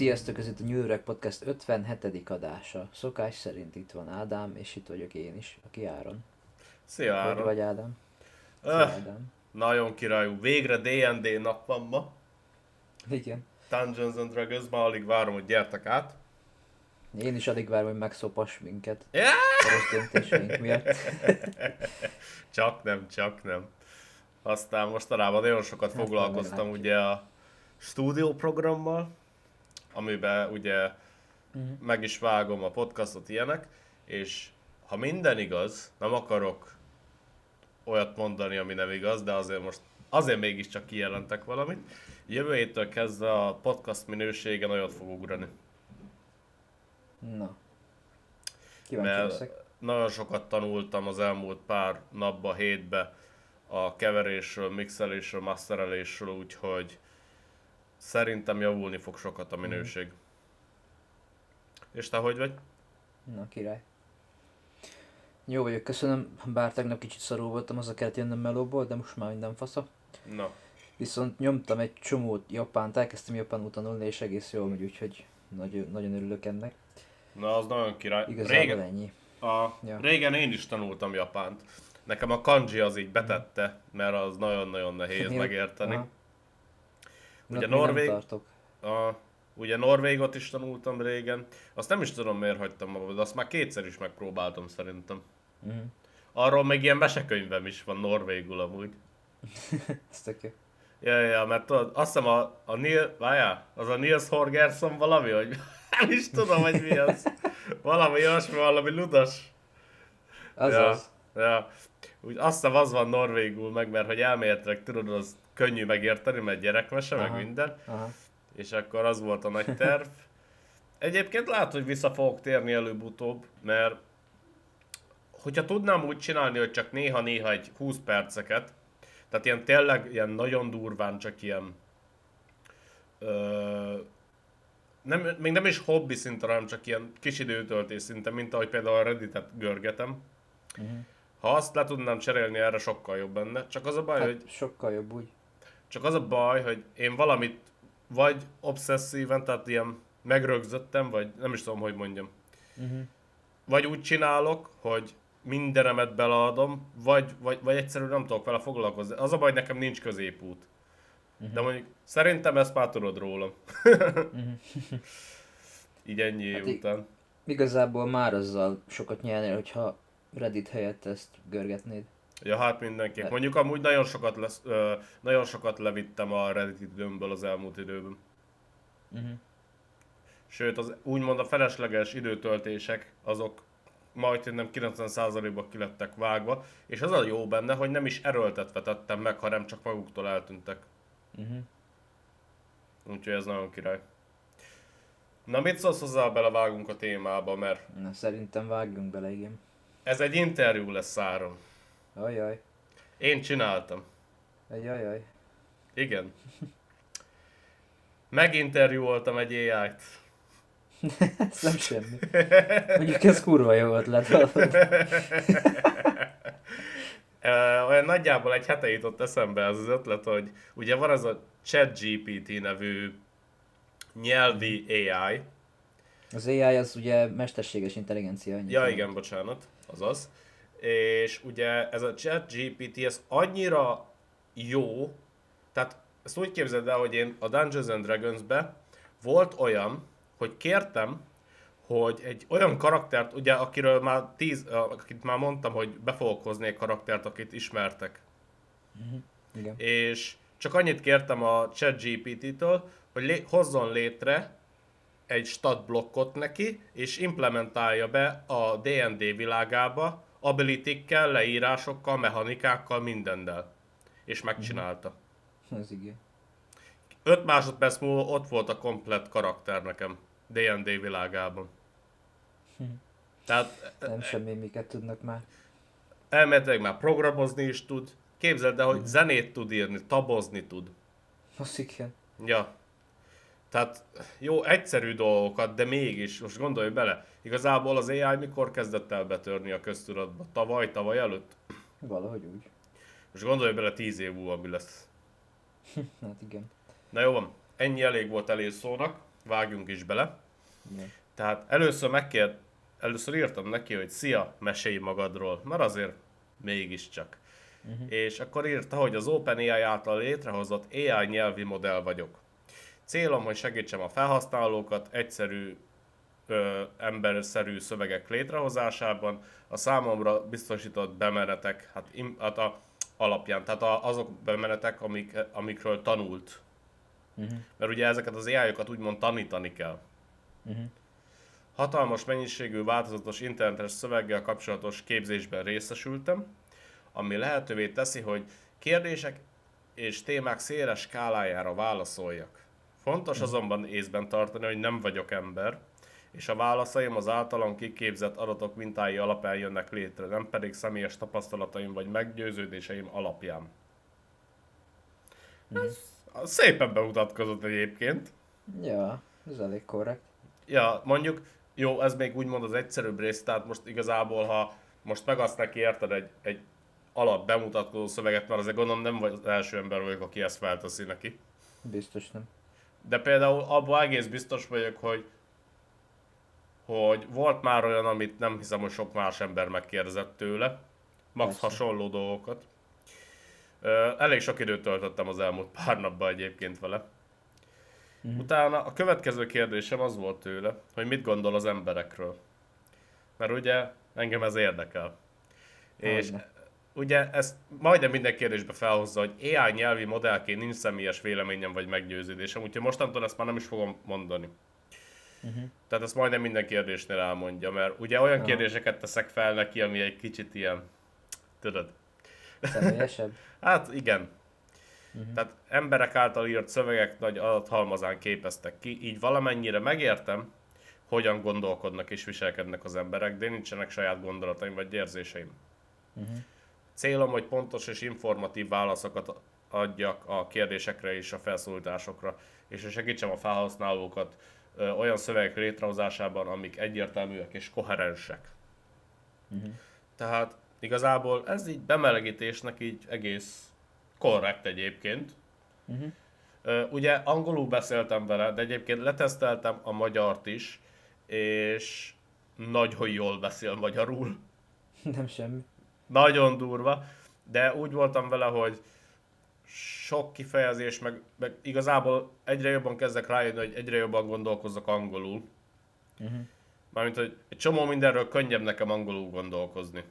Sziasztok, ez itt a New York Podcast 57. adása. Szokás szerint itt van Ádám, és itt vagyok én is, aki Áron. Szia Hogy Áron! vagy Ádám? Szia Öh, Ádám. nagyon királyú. Végre D&D nap van ma. Igen. Dungeons and Dragons, ma alig várom, hogy gyertek át. Én is alig várom, hogy megszopass minket Yeah! a rossz döntéseink miatt. Csak nem. Aztán mostanában nagyon sokat Hát, foglalkoztam meglátjuk. ugye a stúdió programmal, amiben ugye meg is vágom a podcastot ilyenek, és ha minden igaz, nem akarok olyat mondani, ami nem igaz, de azért mégiscsak kijelentek valamit. Jövő héttől kezdve a podcast minősége nagyot fog ugrani. Na, kíváncsi Mert leszek. nagyon sokat tanultam az elmúlt pár napba, hétbe a keverésről, mixelésről, masterelésről, úgyhogy szerintem javulni fog sokat a minőség. És te hogy vagy? Na, király. Jó vagyok, köszönöm. Bár tegnap kicsit szarul voltam, haza kellett jönnöm melóból, de most már minden fasza. Na, Viszont nyomtam egy csomót japánt, elkezdtem japánul tanulni, és egész jól megy, úgyhogy nagyon örülök ennek. na az nagyon király. Igazából ennyi. Ja. Régen én is tanultam japánt. Nekem a kanji az így betette, mert az nagyon-nagyon nehéz Én- megérteni. aha. Ugye Még nem Norvég, tartok. ugye Norvégot is tanultam régen. Azt nem is tudom miért hagytam abba, de azt már kétszer is megpróbáltam szerintem. Mhm. Arról még ilyen mesekönyvem is van norvégul amúgy. Ez tök jó. Ja, mert tudod, azt hiszem az a Niels Holgersson valami, hogy nem is tudom, hogy mi az. Valami olyasmi, valami ludas. Azaz. Ja. Úgy azt hiszem az van norvégul meg, mert hogy elméletileg tudod, az könnyű megérteni, mert gyerekmese, meg Aha. minden. Aha. És akkor az volt a nagy terv. Egyébként lehet, hogy vissza fogok térni előbb-utóbb, mert hogyha tudnám úgy csinálni, hogy csak néha-néha egy 20 perceket, tehát ilyen tényleg ilyen nagyon durván csak ilyen még nem is hobbi szinten, hanem csak ilyen kis időtöltés szinten, mint ahogy például a Redditet görgetem. Mhm. Ha azt le tudnám cserélni, erre sokkal jobb benne. Csak az a baj, hogy Hát sokkal jobb úgy. én valamit vagy obszesszíven, tehát ilyen megrögzöttem, vagy nem is tudom, hogy mondjam. Mhm. Vagy úgy csinálok, hogy mindenemet beleadom, vagy egyszerűen nem tudok vele foglalkozni. Az a baj, nekem nincs középút. De mondjuk szerintem ezt már tudod rólam. Így ennyi év Hát után. Igazából már azzal sokat nyernél, hogyha Reddit helyett ezt görgetnéd. Ja, hát mindenképp. Mondjuk amúgy nagyon sokat levittem a Reddit időmből az elmúlt időben. Mhm. Sőt, úgymond a felesleges időtöltések, azok majdnem 90%-ba ki lettek vágva, és az a jó benne, hogy nem is erőltetve tettem meg, hanem csak maguktól eltűntek. Mhm. Úgyhogy ez nagyon király. Na mit szólsz hozzá, belevágunk a témába, mert Na, szerintem vágjunk bele, igen. ez egy interjú lesz, Áron. Ajaj. Én csináltam. Ajajaj. Igen. Meginterjúoltam egy AI-t. Ez nem semmi. Mondjuk ez kurva jó ötlet. Olyan nagyjából egy hete jutott eszembe ez az ötlet, hogy ugye van ez a ChatGPT nevű nyelvi AI. Az AI az ugye mesterséges intelligencia. annyit Ja mondok. igen, bocsánat, azaz. És ugye ez a ChatGPT, ez annyira jó, tehát ezt úgy képzeld el, hogy én a Dungeons and Dragons-be volt olyan, hogy kértem, hogy egy olyan karaktert, ugye akiről már akit már mondtam, hogy be fogok hozni egy karaktert, akit ismertek. Igen. És csak annyit kértem a ChatGPT-től, hogy hozzon létre egy statblokkot neki, és implementálja be a D&D világába ability-kkel, leírásokkal, mechanikákkal, mindennel. És megcsinálta. Ez igen. 5 másodperc múlva ott volt a komplett karakter nekem D&D világában. Tehát Nem semmi, miket tudnak már. elméletileg már programozni is tud. Képzeld el, hogy zenét tud írni, tabozni tud. Az igen. Ja. Tehát jó, egyszerű dolgokat, de mégis, most gondolj bele, igazából az AI mikor kezdett el betörni a köztudatba? Tavaly előtt? Valahogy úgy. Most gondolj bele 10 év múlva mi lesz. Hát igen. Na jó van, ennyi elég volt előszónak. vágjunk is bele. Igen. Tehát először írtam neki, hogy szia, mesélj magadról, mert azért mégiscsak. És akkor írta, hogy az OpenAI által létrehozott AI nyelvi modell vagyok. Célom, hogy segítsem a felhasználókat egyszerű, emberszerű szövegek létrehozásában, a számomra biztosított bemenetek alapján, tehát azok bemenetek, amikről tanult. Mert ugye ezeket az AI-okat úgymond tanítani kell. Hatalmas mennyiségű változatos internetes szöveggel kapcsolatos képzésben részesültem, ami lehetővé teszi, hogy kérdések és témák széles skálájára válaszoljak. Fontos azonban észben tartani, hogy nem vagyok ember, és a válaszaim az általam kiképzett adatok mintái alapján jönnek létre, nem pedig személyes tapasztalataim vagy meggyőződéseim alapján. Ez szépen bemutatkozott egyébként. Ja, ez elég korrekt. Ja, mondjuk, jó, ez még úgymond az egyszerűbb rész, tehát most igazából, ha most megadsz neki érted egy alap bemutatkozó szöveget, mert azért gondolom nem vagy az első ember vagyok, aki ezt felteszi neki. Biztos nem. De például abban egész biztos vagyok, hogy volt már olyan, amit nem hiszem, hogy sok más ember megkérdezett tőle. Max Persze. hasonló dolgokat. Elég sok időt töltöttem az elmúlt pár napban egyébként vele. Utána a következő kérdésem az volt tőle, hogy mit gondol az emberekről. Mert ugye engem ez érdekel. És Hogyne. ugye ezt majdnem minden kérdésbe felhozza, hogy AI nyelvi modellként nincs személyes véleményem vagy meggyőződésem, úgyhogy mostantól ezt már nem is fogom mondani. Tehát ezt majdnem minden kérdésnél elmondja, mert ugye olyan kérdéseket teszek fel neki, ami egy kicsit ilyen, tudod. Személyesebb? Hát igen. Tehát emberek által írt szövegek nagy adathalmazán képeztek ki, így valamennyire megértem, hogyan gondolkodnak és viselkednek az emberek, de nincsenek saját gondolataim vagy érzéseim. Célom, hogy pontos és informatív válaszokat adjak a kérdésekre és a felszólításokra, és hogy segítsem a felhasználókat olyan szövegek létrehozásában, amik egyértelműek és koherensek. Tehát igazából ez így bemelegítésnek így egész korrekt egyébként. Ugye angolul beszéltem vele, de egyébként leteszteltem a magyart is, és nagyon jól beszél magyarul. Nem semmi. Nagyon durva, de úgy voltam vele, hogy sok kifejezés, meg igazából egyre jobban kezdek rájönni, hogy egyre jobban gondolkozok angolul. Mármint, hogy egy csomó mindenről könnyebb nekem angolul gondolkozni.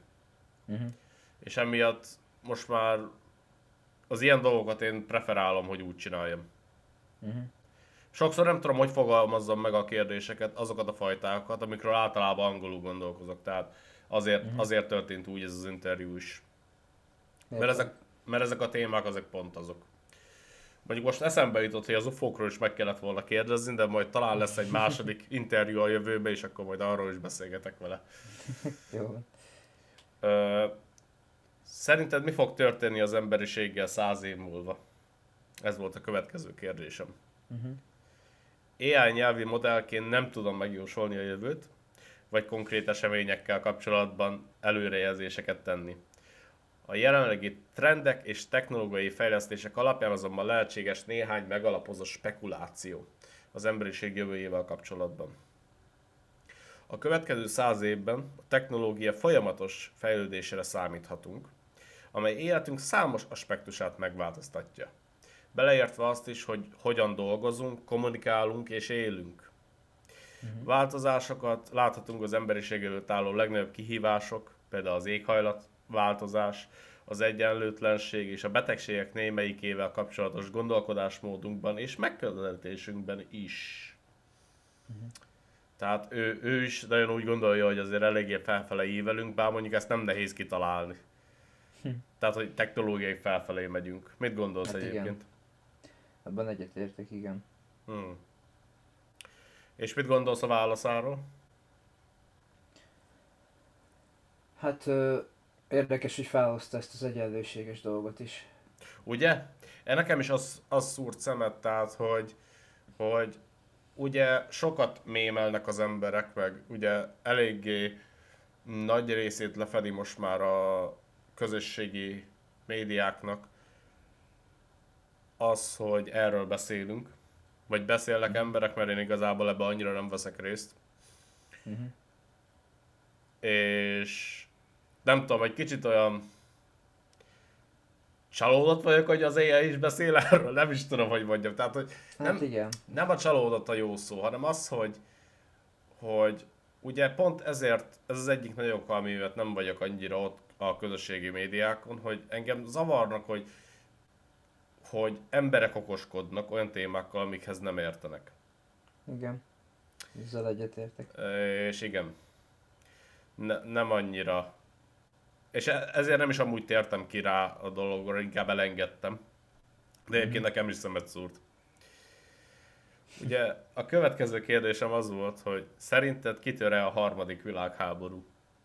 És emiatt most már az ilyen dolgokat én preferálom, hogy úgy csináljam. Sokszor nem tudom, hogy fogalmazzam meg a kérdéseket, azokat a fajtákat, amikről általában angolul gondolkozok. Tehát azért történt úgy ez az interjú is. Mert ezek a témák, ezek pont azok. Mondjuk most eszembe jutott, hogy az UFO-król is meg kellett volna kérdezni, de majd talán lesz egy második interjú a jövőben, és akkor majd arról is beszélgetek vele. Jó van. Szerinted mi fog történni az emberiséggel 100 év múlva? Ez volt a következő kérdésem. AI nyelvi modellként nem tudom megjósolni a jövőt, vagy konkrét eseményekkel kapcsolatban előrejelzéseket tenni. A jelenlegi trendek és technológiai fejlesztések alapján azonban lehetséges néhány megalapozott spekuláció az emberiség jövőjével kapcsolatban. A következő 100 évben a technológia folyamatos fejlődésére számíthatunk, amely életünk számos aspektusát megváltoztatja. Beleértve azt is, hogy hogyan dolgozunk, kommunikálunk és élünk. Változásokat láthatunk az emberiség előtt álló legnagyobb kihívások, például az éghajlatváltozás, az egyenlőtlenség és a betegségek némelyikével kapcsolatos gondolkodásmódunkban és megközelítésünkben is. Tehát ő is nagyon úgy gondolja, hogy azért eléggé felfele ívelünk, bár mondjuk ezt nem nehéz kitalálni. Tehát, hogy technológiai felfelé megyünk. Mit gondolsz Hát egyébként? igen. Abban egyetértek, igen. És mit gondolsz a válaszáról? Hát érdekes, hogy felhozta ezt az egyenlőséges dolgot is. Ugye? Nekem is az szúrt szemet, tehát, hogy ugye sokat mémelnek az emberek, meg ugye eléggé nagy részét lefedi most már a közösségi médiáknak az, hogy erről beszélünk, vagy beszélnek emberek, mert én igazából ebbe annyira nem veszek részt. Uh-huh. És nem tudom, egy kicsit olyan csalódott vagyok, hogy az AI is beszél erről, nem is tudom, hogy mondjam. Tehát, hogy Hát igen. nem a csalódott a jó szó, hanem az, hogy ugye pont ezért ez az egyik nagy oka, amivel nem vagyok annyira ott a közösségi médiákon, hogy engem zavarnak, hogy emberek okoskodnak olyan témákkal, amikhez nem értenek. Igen. Ezzel egyetértek. És igen, nem annyira. És ezért nem is amúgy tértem ki rá a dologra, inkább elengedtem. De egyébként nekem is szemet szúrt. Ugye a következő kérdésem az volt, hogy szerinted kitör-e a harmadik világháború?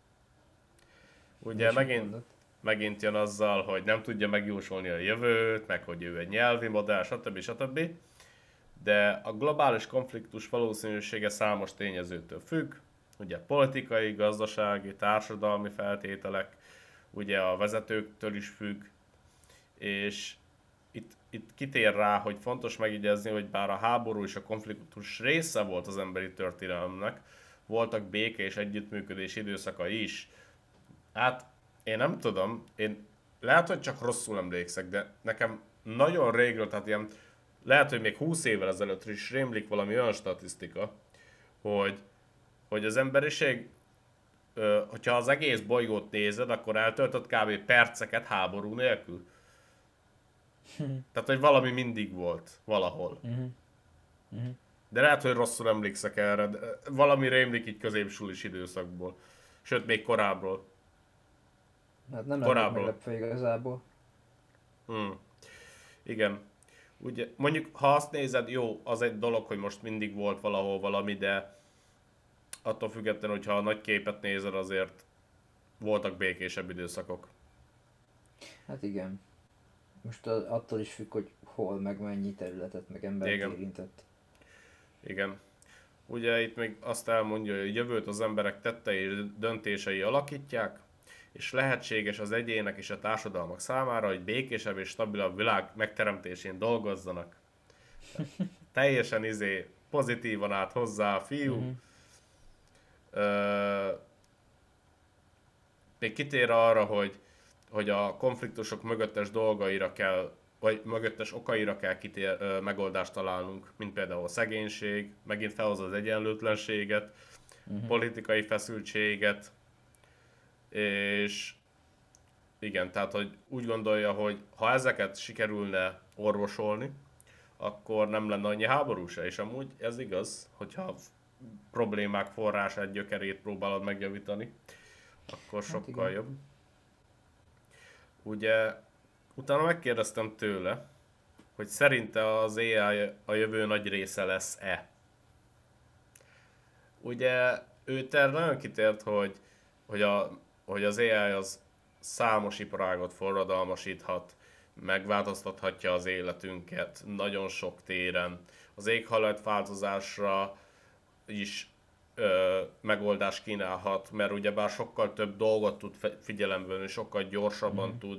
Ugye megint jön azzal, hogy nem tudja megjósolni a jövőt, meg hogy ő egy nyelvi modell, stb. De a globális konfliktus valószínűsége számos tényezőtől függ, ugye politikai, gazdasági, társadalmi feltételek, ugye a vezetőktől is függ, és itt kitér rá, hogy fontos megjegyezni, hogy bár a háború és a konfliktus része volt az emberi történelemnek, voltak béke és együttműködés időszakai is. Hát én nem tudom, lehet, hogy csak rosszul emlékszek, de nekem nagyon régről, tehát ilyen, lehet, hogy még 20 évvel ezelőtt is rémlik valami olyan statisztika, hogy az emberiség, hogyha az egész bolygót nézed, akkor eltöltött kb. Perceket háború nélkül. Tehát, hogy valami mindig volt valahol. De lehet, hogy rosszul emlékszek erre, de valami rémlik így középsulis időszakból. Sőt, még korábbról. Hát nem lennék meglepve igazából. Igen. Ugye, mondjuk, ha azt nézed, jó, az egy dolog, hogy most mindig volt valahol valami, de attól függetlenül, hogyha a nagy képet nézed, azért voltak békésebb időszakok. Hát igen. Most attól is függ, hogy hol, meg mennyi területet, meg embert érintett. Igen. Ugye itt még azt elmondja, hogy a jövőt az emberek tettei és döntései alakítják, és lehetséges az egyének és a társadalmak számára, hogy békésebb és stabilabb világ megteremtésén dolgozzanak. Teljesen pozitívan állt hozzá a fiú. Még kitér arra, hogy a konfliktusok mögöttes dolgaira kell, vagy mögöttes okaira kell megoldást találnunk, mint például a szegénység, megint felhoz az egyenlőtlenséget, politikai feszültséget, és igen, tehát hogy úgy gondolja, hogy ha ezeket sikerülne orvosolni, akkor nem lenne annyi háború se, és amúgy ez igaz, hogyha problémák forrását, gyökerét próbálod megjavítani, akkor sokkal jobb. Ugye, utána megkérdeztem tőle, hogy szerinte az AI a jövő nagy része lesz-e. Ugye, ő nagyon kitért, hogy az AI az számos iparágat forradalmasíthat, megváltoztathatja az életünket nagyon sok téren. Az éghajlatváltozásra is megoldást kínálhat, mert ugyebár sokkal több dolgot tud figyelembe venni, sokkal gyorsabban tud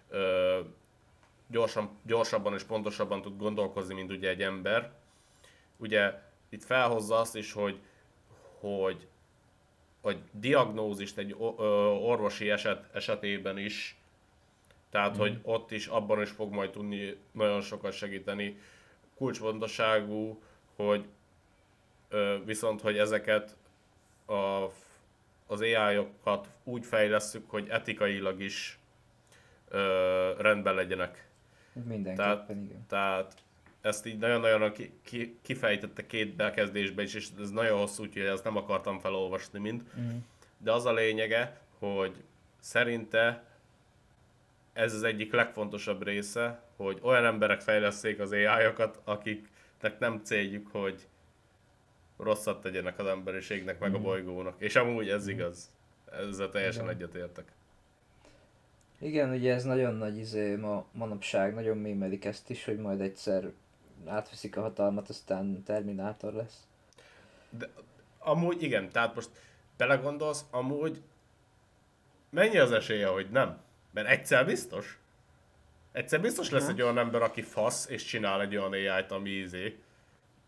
gyorsabban és pontosabban tud gondolkozni, mint ugye egy ember. Ugye itt felhozza azt is, hogy diagnózist egy orvosi esetében is, tehát hogy ott is, abban is fog majd tudni nagyon sokat segíteni. Kulcsfontosságú, hogy viszont, hogy ezeket az AI-okat úgy fejlesszük, hogy etikailag is rendben legyenek. Mindenképpen, igen. Tehát ezt így nagyon-nagyon kifejtette két bekezdésben is, és ez nagyon hosszú, úgyhogy ezt nem akartam felolvasni mind. De az a lényege, hogy szerinte ez az egyik legfontosabb része, hogy olyan emberek fejleszték az AI-okat, akiknek nem céljuk, hogy rosszat tegyenek az emberiségnek, meg a bolygónak. És amúgy ez igaz. Ezzel teljesen egyetértek. Igen, ugye ez nagyon nagy manapság, nagyon mémelik ezt is, hogy majd egyszer átveszik a hatalmat, aztán Terminátor lesz. De amúgy igen, tehát most belegondolsz, amúgy mennyi az esélye, hogy nem? Mert egyszer biztos. Egyszer biztos lesz egy olyan ember, aki fasz, és csinál egy olyan AI-t, ami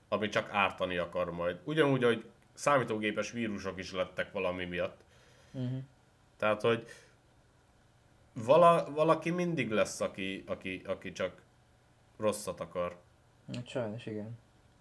ami csak ártani akar majd. Ugyanúgy, hogy számítógépes vírusok is lettek valami miatt. Uh-huh. Tehát, hogy valaki mindig lesz, aki csak rosszat akar. Hát sajnos igen.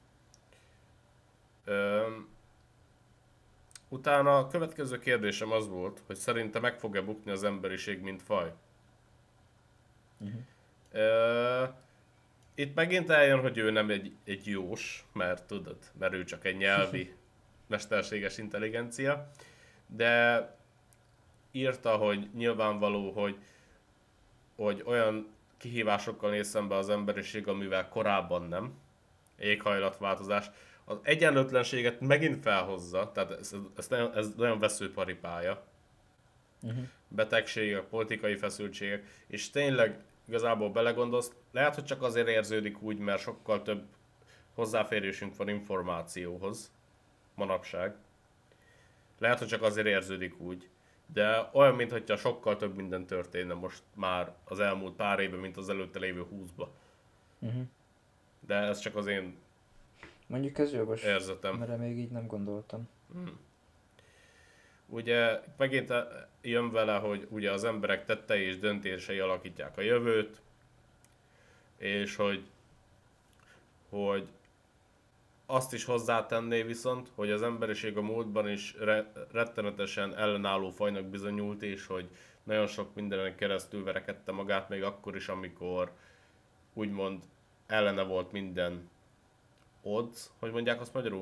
Öm, Utána a következő kérdésem az volt, hogy szerinte meg fog-e bukni az emberiség, mint faj. Uh-huh. Ö, Itt megint eljön, hogy ő nem egy jós, mert tudod, mert ő csak egy nyelvi mesterséges intelligencia, de írta, hogy nyilvánvaló, hogy olyan kihívásokkal néz szembe az emberiség, amivel korábban nem. Éghajlatváltozás. Az egyenlőtlenséget megint felhozza, tehát ez nagyon veszőparipája. Uh-huh. Betegségek, politikai feszültségek, és tényleg igazából belegondolsz, lehet, hogy csak azért érződik úgy, mert sokkal több hozzáférésünk van információhoz manapság. Lehet, hogy csak azért érződik úgy, de olyan, mintha sokkal több minden történne most már az elmúlt pár évben, mint az előtte lévő 20-ba. Uh-huh. De ez csak az én Mondjuk ez jogos, érzetem. mert még így nem gondoltam. Ugye megint jön vele, hogy ugye az emberek tettei és döntései alakítják a jövőt, és hogy azt is hozzátenné viszont, hogy az emberiség a múltban is rettenetesen ellenálló fajnak bizonyult, és hogy nagyon sok mindenen keresztül verekedte magát, még akkor is, amikor úgymond ellene volt minden odds, hogy mondják azt magyarul?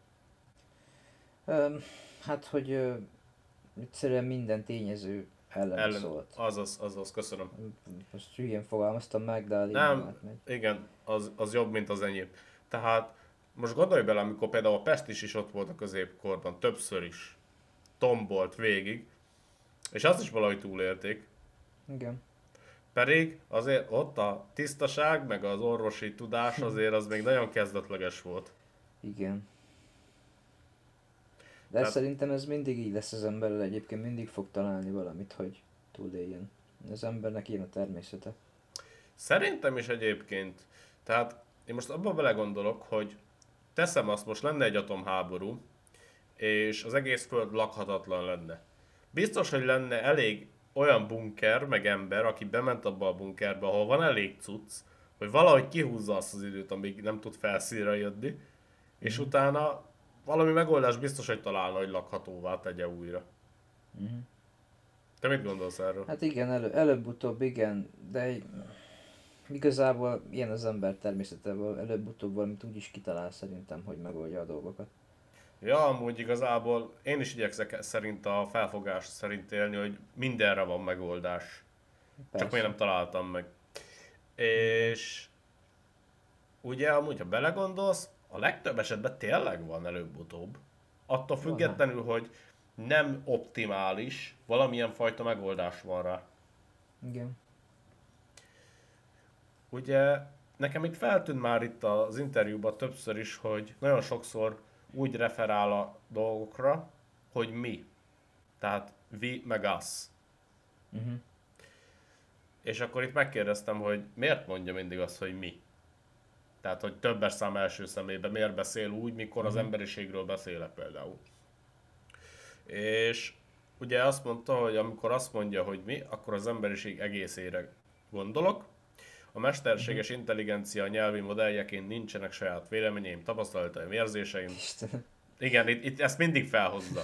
Hát, hogy egyszerűen minden tényező ellen szólt. Azaz, köszönöm. Most hülyén fogalmaztam meg, de így Nem, átmegy. igen, az jobb, mint az enyém. Tehát most gondolj bele, amikor például a Pest is ott volt a középkorban, többször is tombolt végig, és azt is valahogy túlélték. Igen. Pedig azért ott a tisztaság, meg az orvosi tudás azért az még nagyon kezdetleges volt. Igen. De Tehát- szerintem ez mindig így lesz az emberrel, egyébként mindig fog találni valamit, hogy túléljen. Az embernek ilyen a természete. Szerintem is egyébként. Tehát én most abban belegondolok, hogy teszem azt, most lenne egy atomháború, és az egész föld lakhatatlan lenne. Biztos, hogy lenne elég olyan bunker, meg ember, aki bement abba a bunkerbe, ahol van elég cucc, hogy valahogy kihúzza azt az időt, amíg nem tud felszínre jönni, és utána valami megoldás biztos, hogy találna, hogy lakhatóvá tegye újra. Uh-huh. Te mit gondolsz erről? Hát igen, előbb-utóbb igen, de igazából ilyen az ember természetében, előbb-utóbb valamit úgy is kitalál szerintem, hogy megoldja a dolgokat. Ja, amúgy igazából én is igyekszek szerint a felfogás szerint élni, hogy mindenre van megoldás. Persze. Csak még nem találtam meg. És ugye amúgy, ha belegondolsz, a legtöbb esetben tényleg van előbb-utóbb. Attól függetlenül, hogy nem optimális, valamilyen fajta megoldás van rá. Igen. Ugye nekem itt feltűnt már itt az interjúban többször is, hogy nagyon sokszor úgy referál a dolgokra, hogy mi. Tehát we meg us. Uh-huh. És akkor itt megkérdeztem, hogy miért mondja mindig azt, hogy mi. Tehát, hogy többes szám első szemében miért beszél úgy, mikor az emberiségről beszélek például. És ugye azt mondta, hogy amikor azt mondja, hogy mi, akkor az emberiség egészére gondolok. A mesterséges intelligencia nyelvi modelljeként nincsenek saját véleményeim, tapasztalataim, érzéseim. Istenem. Igen, itt ezt mindig felhozza.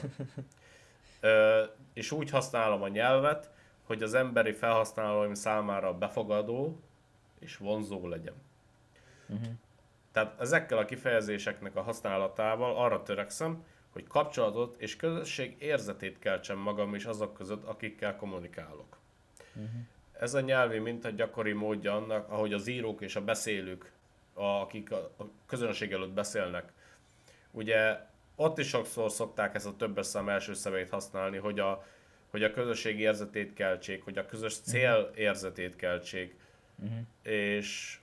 És úgy használom a nyelvet, hogy az emberi felhasználóim számára befogadó és vonzó legyen. Uh-huh. Tehát ezekkel a kifejezéseknek a használatával arra törekszem, hogy kapcsolatot és közösség érzetét keltsem magam és azok között, akikkel kommunikálok. Uh-huh. Ez a nyelvi minta gyakori módja annak, ahogy az írók és a beszélők, akik a közönség előtt beszélnek, ugye ott is sokszor szokták ezt a többes szám első személyt használni, hogy a közösség érzetét keltsék, hogy a közös cél érzetét keltsék, és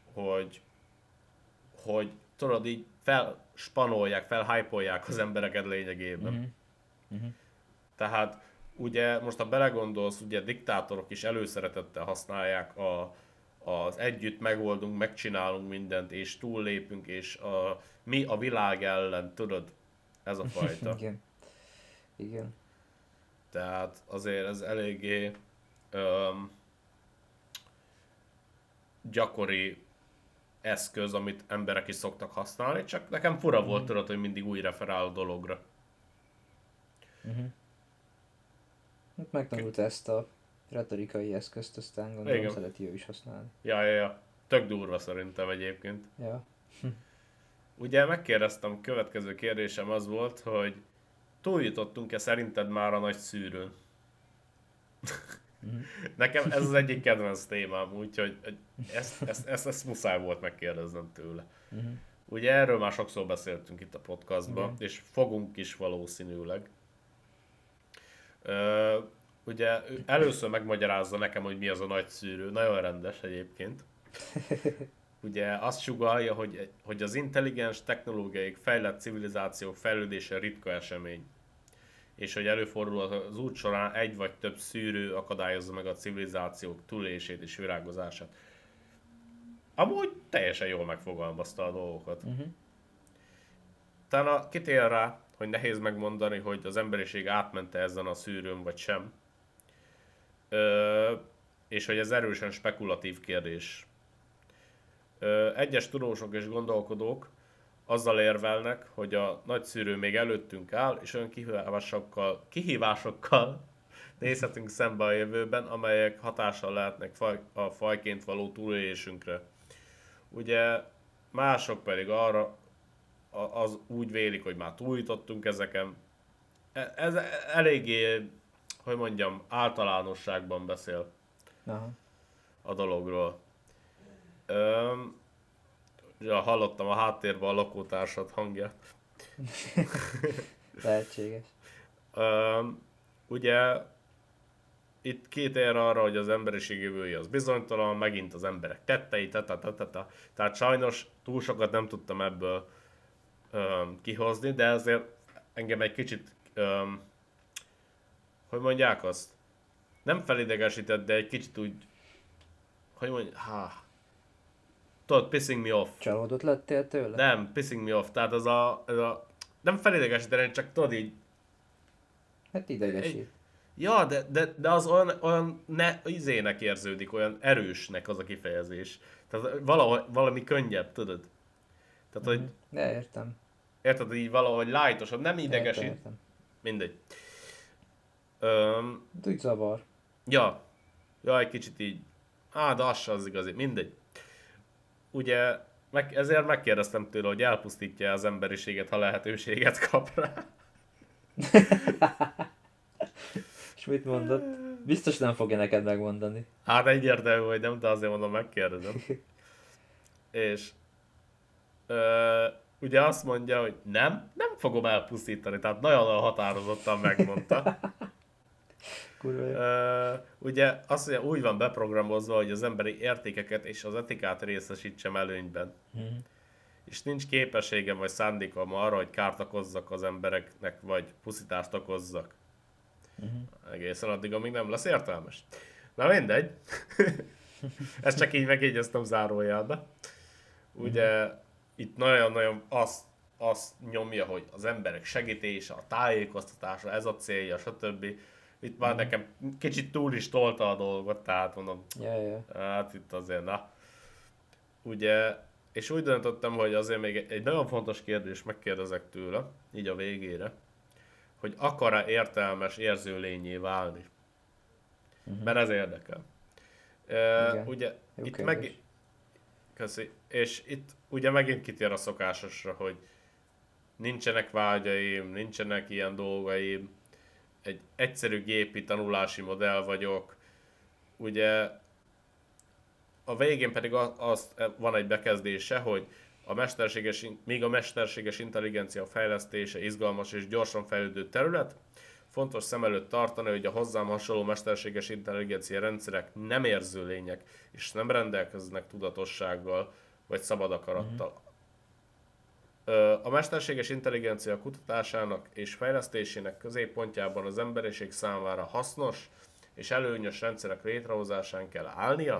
hogy tudod így felspanolják, felhypolják az embereket lényegében. Tehát ugye most ha belegondolsz, ugye diktátorok is előszeretettel használják az együtt megoldunk, megcsinálunk mindent, és túllépünk, és mi a világ ellen, tudod? Ez a fajta. Igen. Igen. Tehát azért ez eléggé öm, gyakori eszköz, amit emberek is szoktak használni, csak nekem fura volt, tudod, hogy mindig új referál a dologra. Hát megtanulta ezt a retorikai eszközt, aztán gondolom Igen. szereti ő is használni. Ja. Tök durva szerintem egyébként. Ja. Ugye megkérdeztem, következő kérdésem az volt, hogy túljutottunk-e szerinted már a nagy szűrőn? Nekem ez az egyik kedvenc témám, úgyhogy ezt muszáj volt megkérdeznem tőle. Ugye erről már sokszor beszéltünk itt a podcastban, Igen. és fogunk is valószínűleg. Ugye ő először megmagyarázza nekem, hogy mi az a nagy szűrő, nagyon rendes egyébként. Ugye azt sugallja, hogy az intelligens technológiai fejlett civilizációk fejlődése ritka esemény. És hogy előfordul az út során egy vagy több szűrő akadályozza meg a civilizációk túlélését és virágozását. Amúgy teljesen jól megfogalmazta a dolgokat. Utána kitér rá, hogy nehéz megmondani, hogy az emberiség átmente ezen a szűrőn vagy sem. És hogy ez erősen spekulatív kérdés. Egyes tudósok és gondolkodók azzal érvelnek, hogy a nagy szűrő még előttünk áll, és olyan kihívásokkal nézhetünk szembe a jövőben, amelyek hatással lehetnek a fajként való túlélésünkre. Ugye mások pedig arra az úgy vélik, hogy már túljutottunk ezeken. Ez eléggé, hogy mondjam, általánosságban beszél Aha. a dologról. Ja, hallottam a háttérben a lakótársad hangját. Lehetséges. Ugye itt kitér arra, hogy az emberiség jövője az bizonytalan, megint az emberek tettei, tehát sajnos túl sokat nem tudtam ebből kihozni, de azért engem egy kicsit, hogy mondják azt, nem felidegesített, de egy kicsit úgy, hogy mondják, tudod, pissing me off. Csalódott lettél tőle? Nem, pissing me off, tehát ez a nem felidegesíteni, csak tudod így, Hát idegesít. ja, de az olyan izének érződik, olyan erősnek az a kifejezés. Tehát valami könnyebb, tudod? Tehát, hogy De értem. érted, így valahogy lightosabb, nem idegesít, Értem. mindegy. Úgy zavar. Ja, egy kicsit így, de az se az igazi, mindegy. Ugye, ezért megkérdeztem tőle, hogy elpusztítja az emberiséget, ha lehetőséget kap rá. És mit mondott? Biztos nem fogja neked megmondani. Hát egyértelmű, hogy nem, de azért mondom, megkérdezem. És ugye azt mondja, hogy nem fogom elpusztítani, tehát nagyon határozottan megmondta. Kurva jó. Ugye azt mondja, úgy van beprogramozva, hogy az emberi értékeket és az etikát részesítsem előnyben. És nincs képességem vagy szándékom arra, hogy kárt okozzak az embereknek, vagy pusztítást okozzak. Egészen addig, amíg nem lesz értelmes. Na mindegy. Ezt csak így megjegyeztem zárójelbe. Ugye itt nagyon-nagyon azt nyomja, hogy az emberek segítése, a tájékoztatása, ez a célja, stb. Itt már nekem kicsit túl is tolta a dolgot, tehát mondom, Ja. hát itt azért, na. Ugye, és úgy döntöttem, hogy azért még egy nagyon fontos kérdést megkérdezek tőle, így a végére, hogy akar-e értelmes érzőlényé válni. Mert ez érdekel. Ugye Jó itt kérdés. Köszi. És itt ugye megint kitér a szokásosra, hogy nincsenek vágyaim, nincsenek ilyen dolgaim, egy egyszerű gépi tanulási modell vagyok, ugye a végén pedig van egy bekezdése, hogy míg a mesterséges intelligencia fejlesztése izgalmas és gyorsan fejlődő terület, fontos szem előtt tartani, hogy a hozzám hasonló mesterséges intelligencia rendszerek nem érző lények, és nem rendelkeznek tudatossággal, vagy szabad akarattal. A mesterséges intelligencia kutatásának és fejlesztésének középpontjában az emberiség számára hasznos és előnyös rendszerek létrehozásán kell állnia,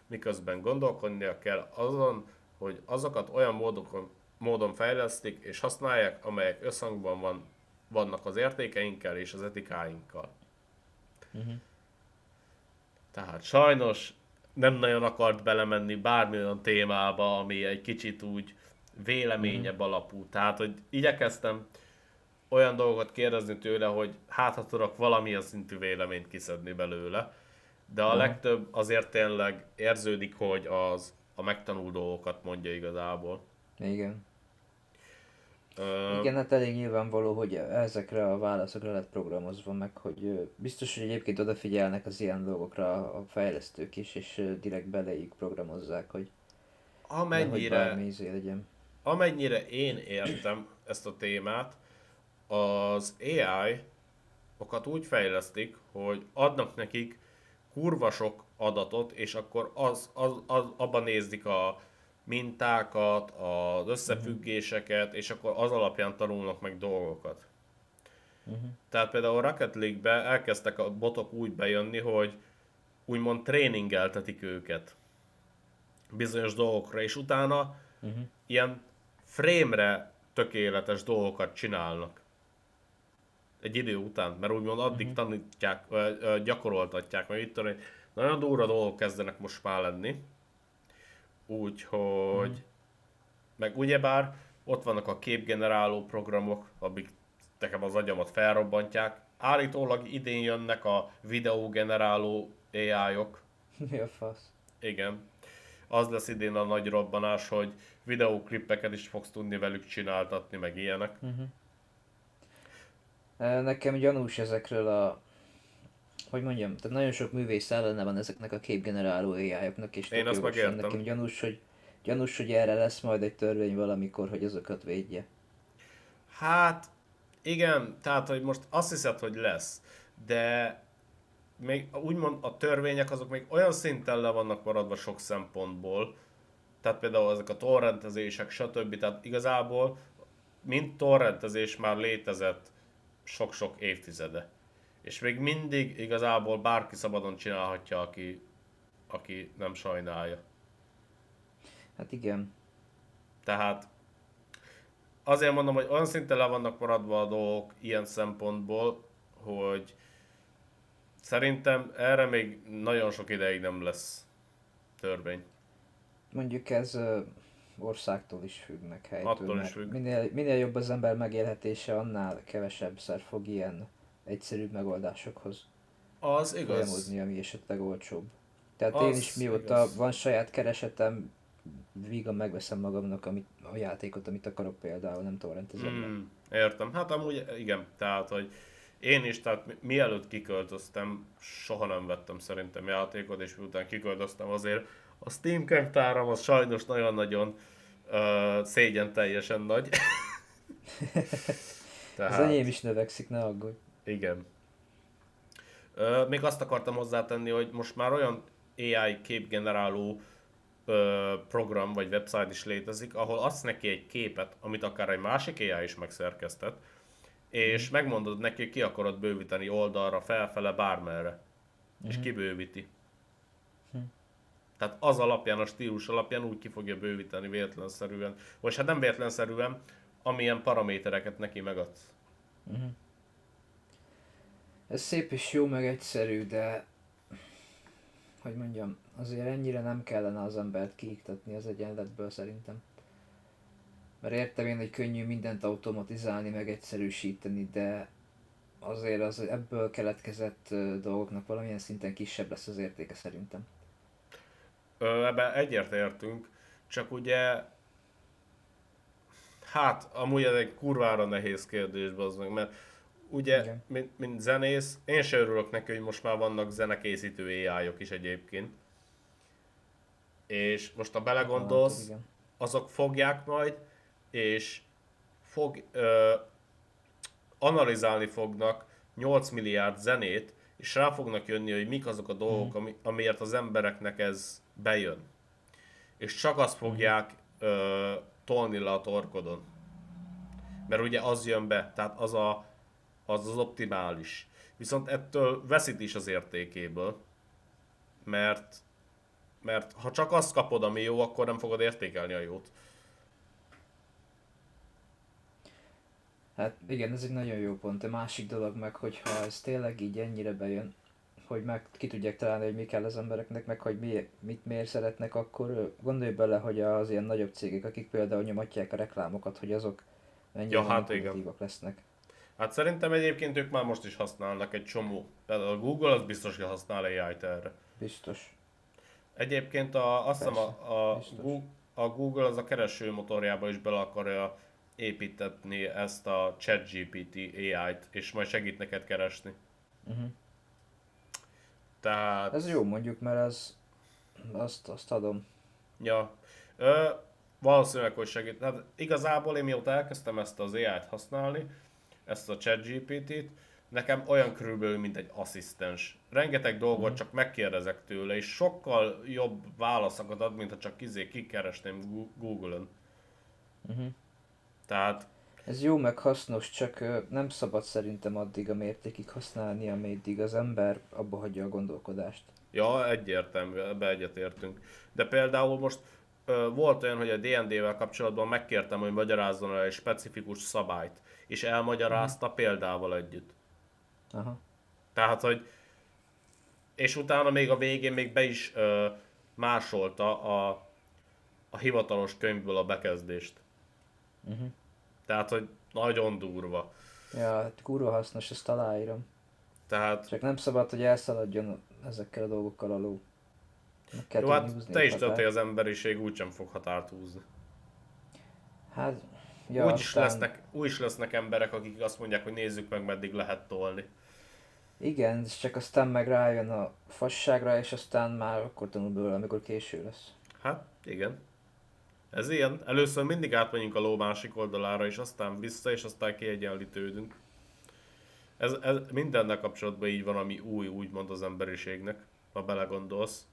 miközben gondolkodnia kell azon, hogy azokat olyan módon fejlesztik és használják, amelyek vannak az értékeinkkel és az etikáinkkal. Uh-huh. Tehát sajnos nem nagyon akart belemenni bármi olyan témába, ami egy kicsit úgy véleményebb alapú. Tehát, hogy igyekeztem olyan dolgokat kérdezni tőle, hogy hát ha tudok valamilyen szintű véleményt kiszedni belőle. De a legtöbb azért tényleg érződik, hogy a megtanult dolgokat mondja igazából. Igen. Ö, Igen, hát elég nyilvánvaló, hogy ezekre a válaszokra lett programozva meg, hogy biztos, hogy egyébként odafigyelnek az ilyen dolgokra a fejlesztők is, és direkt beléjük programozzák, hogy nehogy amennyire, bármi izé legyen. amennyire én értem ezt a témát, az AI-okat úgy fejlesztik, hogy adnak nekik kurva sok adatot, és akkor abban nézik a mintákat, az összefüggéseket, és akkor az alapján tanulnak meg dolgokat. Uh-huh. Tehát például a Rocket League-be elkezdtek a botok úgy bejönni, hogy úgymond tréningeltetik őket bizonyos dolgokra, és utána Uh-huh. ilyen frame-re tökéletes dolgokat csinálnak. Egy idő után, mert úgymond addig tanítják, gyakoroltatják, mert itt tudom, hogy nagyon durva dolgok kezdenek most már lenni. Úgyhogy, meg ugyebár ott vannak a képgeneráló programok, amik nekem az agyamat felrobbantják. Állítólag idén jönnek a videógeneráló AI-ok. Mi a fasz? Igen. Az lesz idén a nagy robbanás, hogy videóklippeket is fogsz tudni velük csináltatni, meg ilyenek. Uh-huh. Nekem gyanús ezekről a... Hogy mondjam, tehát nagyon sok művész ellene van ezeknek a képgeneráló AI-oknak, és Én tök azt jogosan. megértem. Nekem gyanús, hogy erre lesz majd egy törvény valamikor, hogy azokat védje. Hát, igen, tehát, hogy most azt hiszed, hogy lesz, de még úgymond a törvények azok még olyan szinten le vannak maradva sok szempontból, tehát például ezek a torrentezések, stb. Tehát igazából mint torrentezés már létezett sok-sok évtizede. És még mindig igazából bárki szabadon csinálhatja, aki nem sajnálja. Hát igen. Tehát azért mondom, hogy olyan szinten le vannak maradva a dolgok ilyen szempontból, hogy szerintem erre még nagyon sok ideig nem lesz törvény. Mondjuk ez országtól is függ, meg helytől, Attól is mert függ. minél jobb az ember megélhetése, annál kevesebb szer fog ilyen egyszerűbb megoldásokhoz Az igaz. folyamozni, ami esetleg olcsóbb. Tehát én is Az mióta igaz. van saját keresetem, vígan megveszem magamnak a játékot, amit akarok, például nem torrentezem le. Értem. Hát amúgy igen, tehát, hogy én is, tehát mielőtt kiköltöztem, soha nem vettem szerintem játékot, és miután kiköltöztem azért a Steam könyvtáram az sajnos nagyon-nagyon szégyen teljesen nagy. Az enyém Tehát, is növekszik, ne aggódj. igen. Még azt akartam hozzátenni, hogy most már olyan AI képgeneráló program vagy website is létezik, ahol adsz neki egy képet, amit akár egy másik AI is megszerkesztett, és megmondod neki, hogy ki akarod bővíteni oldalra, felfele, bármerre. És kibővíti. Tehát az alapján, a stílus alapján úgy ki fogja bővíteni véletlenszerűen, vagy hát nem véletlenszerűen, amilyen paramétereket neki megadsz. Ez szép és jó, meg egyszerű, de hogy mondjam, azért ennyire nem kellene az embert kiiktatni az egyenletből szerintem. Mert értem én, hogy könnyű mindent automatizálni, meg egyszerűsíteni, de azért az ebből keletkezett dolgoknak valamilyen szinten kisebb lesz az értéke szerintem. Ebben egyértünk, csak ugye, hát amúgy ez egy kurvára nehéz kérdés, bazd meg, mert ugye, Igen. mint zenész, én sem örülök neki, hogy most már vannak zenekészítő AI-ok is egyébként. És most ha Hát, belegondolsz, igen. azok fogják majd, és analizálni fognak 8 milliárd zenét, és rá fognak jönni, hogy mik azok a dolgok, amiért az embereknek ez bejön. És csak azt fogják tolni le a torkodon. Mert ugye az jön be, tehát az optimális. Viszont ettől veszít is az értékéből, mert Mert ha csak azt kapod, ami jó, akkor nem fogod értékelni a jót. Hát igen, ez egy nagyon jó pont. A másik dolog meg, hogyha ez tényleg így ennyire bejön, hogy meg ki tudják találni, hogy mi kell az embereknek, meg hogy mit miért szeretnek, akkor gondolj bele, hogy az ilyen nagyobb cégek, akik például nyomatják a reklámokat, hogy azok mennyire Ja, hát igen. manipulatívak lesznek. Hát szerintem egyébként ők már most is használnak egy csomó. Például a Google az biztos, hogy használ AI-t erre. Biztos. Egyébként azt hiszem Persze, biztos. A Google az a kereső motorjába is bele akarja építetni ezt a ChatGPT AI-t, és majd segít neked keresni. Uh-huh. Tehát... Ez jó mondjuk, mert azt adom. Ja. Valószínűleg, hogy segít. Hát igazából én mióta elkezdtem ezt az AI-t használni, ezt a ChatGPT-t, nekem olyan körülbelül, mint egy asszisztens. Rengeteg dolgot csak megkérdezek tőle, és sokkal jobb válaszokat ad, mint ha csak kikeresném Google-ön. Uh-huh. Tehát, Ez jó meg hasznos, csak nem szabad szerintem addig a mértékig használni, ameddig az ember abba hagyja a gondolkodást. ja, egyértelmű, ebbe egyetértünk. De például most volt olyan, hogy a D&D-vel kapcsolatban megkértem, hogy magyarázzon el egy specifikus szabályt, és elmagyarázta példával együtt. Aha. Tehát, hogy és utána még a végén még be is másolta a hivatalos könyvből a bekezdést. Uh-huh. Tehát, hogy nagyon durva. Ja, hát kurva hasznos, ezt aláírom. Tehát, Csak nem szabad, hogy elszaladjon ezekkel a dolgokkal a ló. Meg kell jó, tudni hát húzni te egy is tudod, hogy határt. az emberiség úgysem fog határt húzni. Hát, ja, aztán Úgy is lesznek emberek, akik azt mondják, hogy nézzük meg, meddig lehet tolni. igen, és csak aztán meg rájön a fasságra, és aztán már akkor tanul belőle, amikor késő lesz. Hát, igen. Ez ilyen. Először mindig átmegyünk a ló másik oldalára, és aztán vissza, és aztán kiegyenlítődünk. Ez mindennel kapcsolatban így van, ami új, úgymond az emberiségnek, ha belegondolsz.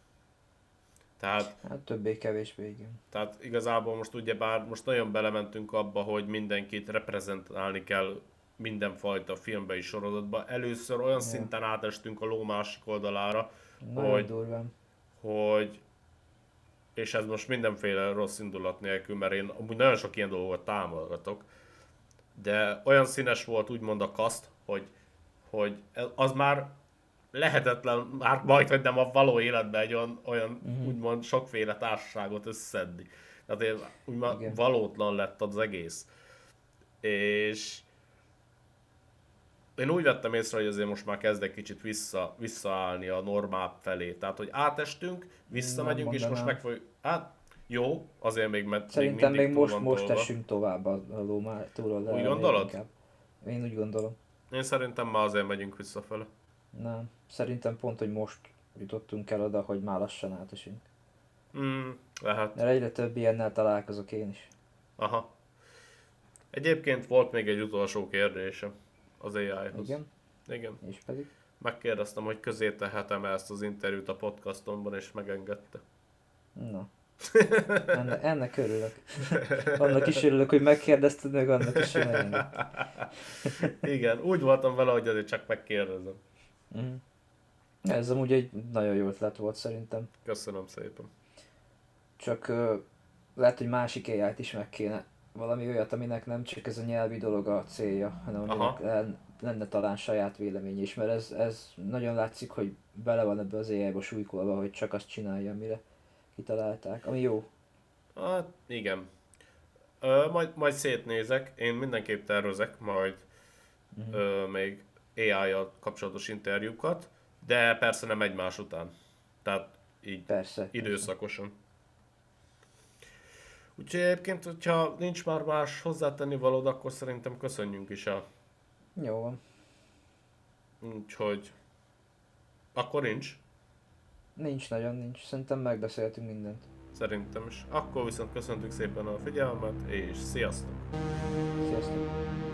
Tehát, Hát többé-kevésbé igen. tehát igazából most ugyebár most nagyon belementünk abba, hogy mindenkit reprezentálni kell mindenfajta filmbe és sorozatba. Először olyan Ja. szinten átestünk a ló másik oldalára, Nagyon hogy, durván. hogy és ez most mindenféle rossz indulat nélkül, mert én amúgy nagyon sok ilyen dolgot támogatok, de olyan színes volt úgymond a kaszt, hogy az már lehetetlen, már majdhogy nem a való életben egy olyan úgymond sokféle társaságot összedni. Tehát én, úgymond Igen. valótlan lett az egész. És én úgy vettem észre, hogy azért most már kezdek kicsit visszaállni a normál felé. Tehát, hogy átestünk, visszamegyünk, és most mondanám. megfogjuk. Hát, jó, azért még Szerintem mindig még túl most, van most tolva. esünk tovább a ló túloldalára. Úgy még gondolod? inkább. Én úgy gondolom. Én szerintem már azért megyünk visszafele. Nem. Szerintem pont, hogy most jutottunk el oda, hogy már lassan átesünk. Lehet. Mert egyre több ilyennel találkozok én is. Aha. Egyébként volt még egy utolsó kérdésem az AI-hoz. Igen? Igen. És pedig? Megkérdeztem, hogy közé tehetem ezt az interjút a podcastomban, és megengedte. Na. Ennek örülök. Annak is örülök, hogy megkérdezted meg, annak is örülök. Igen, úgy voltam vele, hogy azért csak megkérdezem. Mhm. Ez amúgy egy nagyon jó ötlet volt szerintem. Köszönöm szépen. Csak lehet, hogy másik AI-t is meg kéne. Valami olyat, aminek nem csak ez a nyelvi dolog a célja, hanem Aha. aminek lenne talán saját vélemény is, mert ez nagyon látszik, hogy bele van ebbe az AI-ba súlykolva, hogy csak azt csinálja, amire kitalálták, ami jó. Hát, igen. Majd szétnézek, én mindenképp tervezek majd még AI-jal kapcsolatos interjúkat, de persze nem egymás után. Tehát így Persze. időszakosan. Úgyhogy egyébként, hogyha nincs már más hozzátenni valód, akkor szerintem köszönjünk is el. Jó van. Úgyhogy akkor nincs. Nincs nagyon, nincs. Szerintem megbeszéltünk mindent. Szerintem is. Akkor viszont köszöntük szépen a figyelmet, és sziasztok! Sziasztok.